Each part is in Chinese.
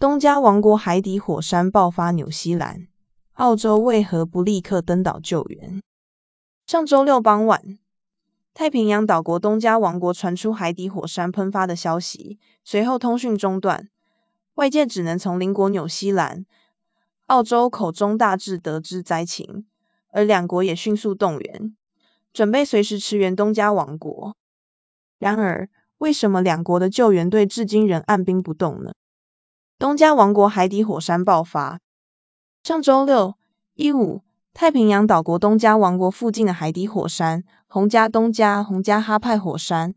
东加王国海底火山爆发，纽西兰、澳洲为何不立刻登岛救援？上周六傍晚，太平洋岛国东加王国传出海底火山喷发的消息，随后通讯中断，外界只能从邻国纽西兰、澳洲口中大致得知灾情，而两国也迅速动员，准备随时驰援东加王国。然而，为什么两国的救援队至今仍按兵不动呢？东加王国海底火山爆发。上周六15，太平洋岛国东加王国附近的海底火山洪加东加洪加哈派火山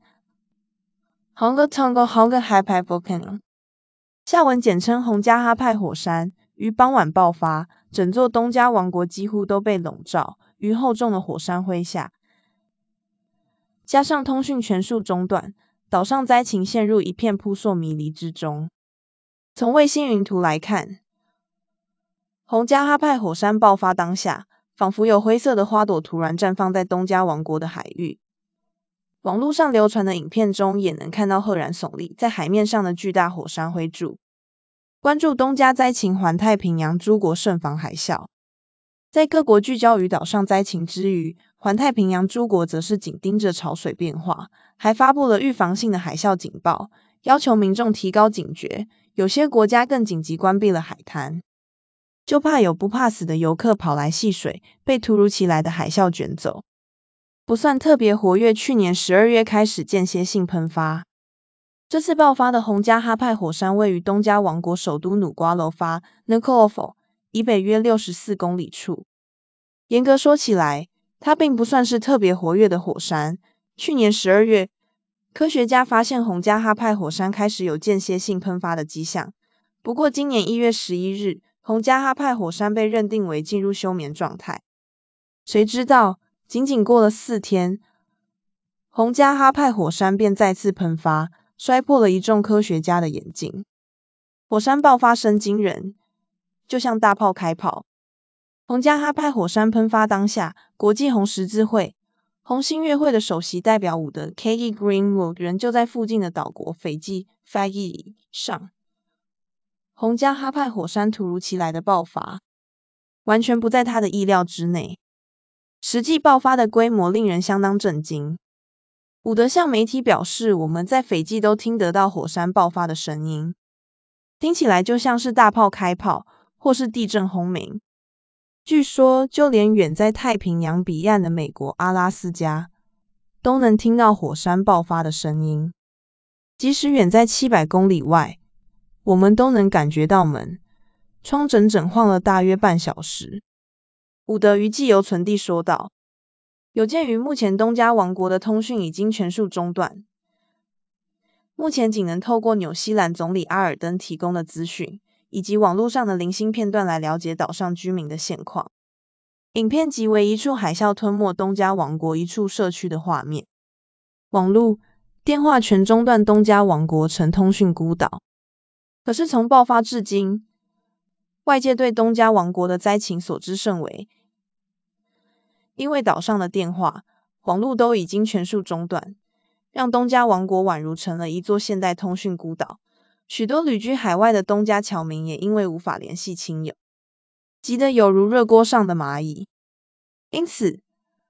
Honga Tonga Honga Hapai Volcano 下文简称洪加哈派火山于傍晚爆发，整座东加王国几乎都被笼罩于厚重的火山灰下，加上通讯全数中断，岛上灾情陷入一片扑朔迷离之中。从卫星云图来看，洪加哈派火山爆发当下，仿佛有灰色的花朵突然绽放在东加王国的海域。网络上流传的影片中也能看到赫然耸立在海面上的巨大火山灰柱。关注东加灾情，环太平洋诸国慎防海啸。在各国聚焦于岛上灾情之余，环太平洋诸国则是紧盯着潮水变化，还发布了预防性的海啸警报，要求民众提高警觉。有些国家更紧急关闭了海滩，就怕有不怕死的游客跑来戏水，被突如其来的海啸卷走。不算特别活跃，去年12月开始间歇性喷发。这次爆发的洪加哈派火山位于东加王国首都努瓜楼发 Nuku'alofa 以北约64公里处。严格说起来，它并不算是特别活跃的火山。去年12月，科学家发现洪加哈派火山开始有间歇性喷发的迹象。不过今年1月11日，洪加哈派火山被认定为进入休眠状态。谁知道，仅仅过了4天，洪加哈派火山便再次喷发，摔破了一众科学家的眼镜。火山爆发声惊人，就像大炮开炮。洪加哈派火山喷发当下，国际红十字会、红新月会的首席代表伍德 K.E. Greenwood 人就在附近的岛国斐济 Fiji 上。洪加哈派火山突如其来的爆发，完全不在他的意料之内。实际爆发的规模令人相当震惊。伍德向媒体表示，我们在斐济都听得到火山爆发的声音，听起来就像是大炮开炮，或是地震轰鸣。据说，就连远在太平洋彼岸的美国阿拉斯加，都能听到火山爆发的声音。即使远在700公里外，我们都能感觉到门窗整整晃了大约半小时。伍德于寄邮存地说道。有鉴于目前东加王国的通讯已经全数中断，目前仅能透过纽西兰总理阿尔登提供的资讯，以及网络上的零星片段来了解岛上居民的现况。影片即为一处海啸吞没东加王国一处社区的画面。网络、电话全中断，东加王国成通讯孤岛。可是从爆发至今，外界对东加王国的灾情所知甚微，因为岛上的电话、网络都已经全数中断，让东加王国宛如成了一座现代通讯孤岛。许多旅居海外的东加侨民也因为无法联系亲友，急得有如热锅上的蚂蚁。因此，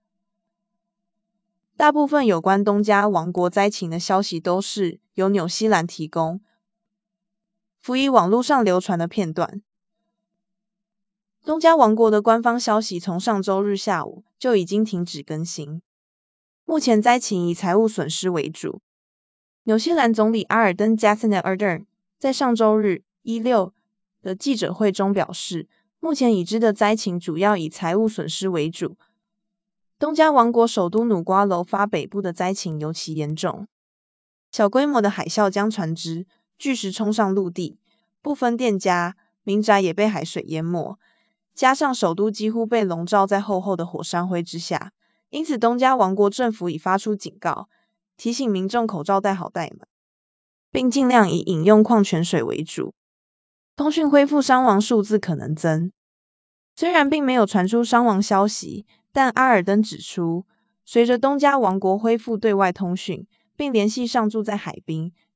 大部分有关东加王国灾情的消息都是由纽西兰提供，辅以网络上流传的片段。东加王国的官方消息从上周日下午就已经停止更新。目前灾情以财务损失为主。纽西兰总理阿尔登 Jacinda Ardern 在上周日16的记者会中表示，目前已知的灾情主要以财务损失为主。东加王国首都努瓜楼发北部的灾情尤其严重，小规模的海啸将船只、巨石冲上陆地，部分店家、民宅也被海水淹没，加上首都几乎被笼罩在厚厚的火山灰之下，因此东加王国政府已发出警告，提醒民众口罩戴好戴满，并尽量以饮用矿泉水为主。通讯恢复，伤亡数字可能增。虽然并没有传出伤亡消息，但阿尔登指出，随着东加王国恢复对外通讯，并联系上住在海滨、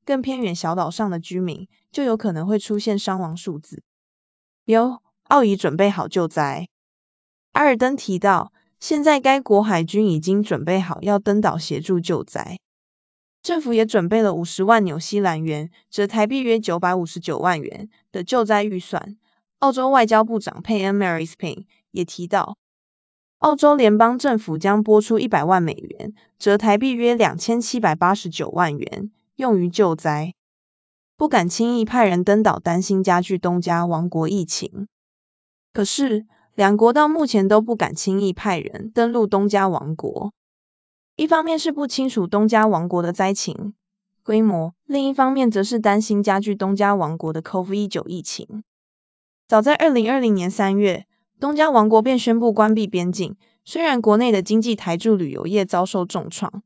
更偏远小岛上的居民就有可能会出现伤亡数字。澳已准备好救灾。阿尔登提到，现在该国海军已经准备好要登岛协助救灾，政府也准备了50万纽西兰元，折台币约959万元的救灾预算。澳洲外交部长佩恩 Marise-Payne 也提到，澳洲联邦政府将拨出100万美元，折台币约2789万元，用于救灾。不敢轻易派人登岛，担心加剧东加王国疫情。可是，两国到目前都不敢轻易派人登陆东加王国。一方面是不清楚东加王国的灾情规模，另一方面则是担心加剧东加王国的 COVID-19 疫情。早在2020年3月，东加王国便宣布关闭边境，虽然国内的经济台柱旅游业遭受重创，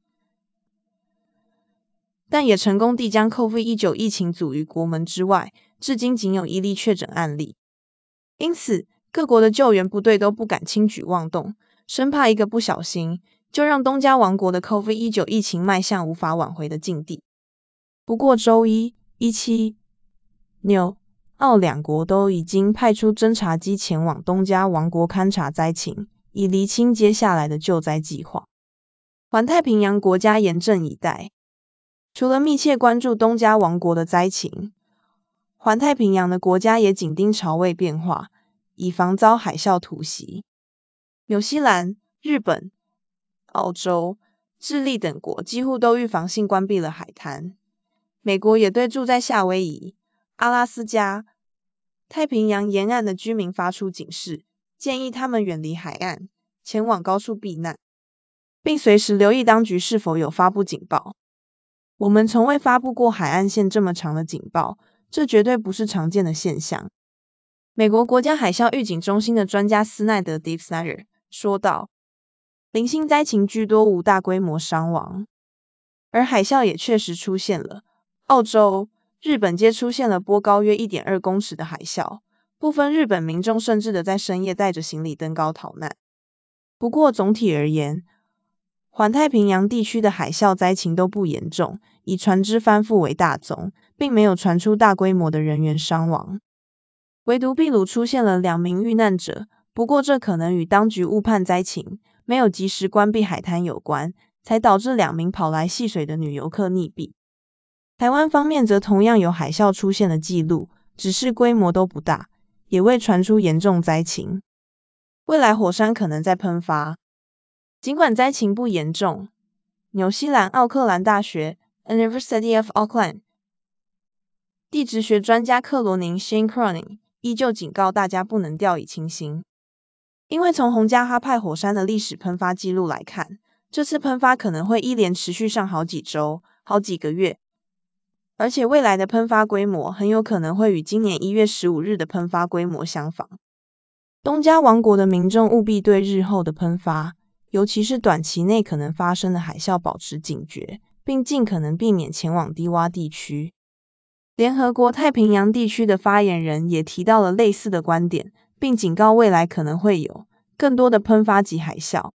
但也成功地将 COVID-19 疫情阻于国门之外，至今仅有1例确诊案例。因此，各国的救援部队都不敢轻举妄动，生怕一个不小心，就让东加王国的 COVID-19 疫情迈向无法挽回的境地。不过周一17纽澳两国都已经派出侦察机前往东加王国勘察灾情，以厘清接下来的救灾计划。环太平洋国家严阵以待。除了密切关注东加王国的灾情，环太平洋的国家也紧盯潮位变化，以防遭海啸突袭。纽西兰、日本、澳洲、智利等国几乎都预防性关闭了海滩。美国也对住在夏威夷、阿拉斯加、太平洋沿岸的居民发出警示，建议他们远离海岸，前往高处避难，并随时留意当局是否有发布警报。我们从未发布过海岸线这么长的警报，这绝对不是常见的现象。美国国家海啸预警中心的专家斯奈德 Dave Snyder 说道，零星灾情居多，无大规模伤亡。而海啸也确实出现了，澳洲、日本皆出现了波高约 1.2 公尺的海啸，部分日本民众甚至在深夜带着行李登高逃难。不过总体而言，环太平洋地区的海啸灾情都不严重，以船只翻覆为大宗，并没有传出大规模的人员伤亡。唯独秘鲁出现了2名遇难者，不过这可能与当局误判灾情，没有及时关闭海滩有关，才导致2名跑来戏水的女游客溺毙。台湾方面则同样有海啸出现的记录，只是规模都不大，也未传出严重灾情。未来火山可能在喷发。尽管灾情不严重，纽西兰奥克兰大学 University of Auckland 地质学专家克罗宁 Shane Cronin 依旧警告大家不能掉以轻心，因为从洪加哈派火山的历史喷发记录来看，这次喷发可能会一连持续上好几周、好几个月，而且未来的喷发规模很有可能会与今年1月15日的喷发规模相仿。东加王国的民众务必对日后的喷发，尤其是短期内可能发生的海啸保持警觉，并尽可能避免前往低洼地区。联合国太平洋地区的发言人也提到了类似的观点，并警告未来可能会有更多的喷发及海啸。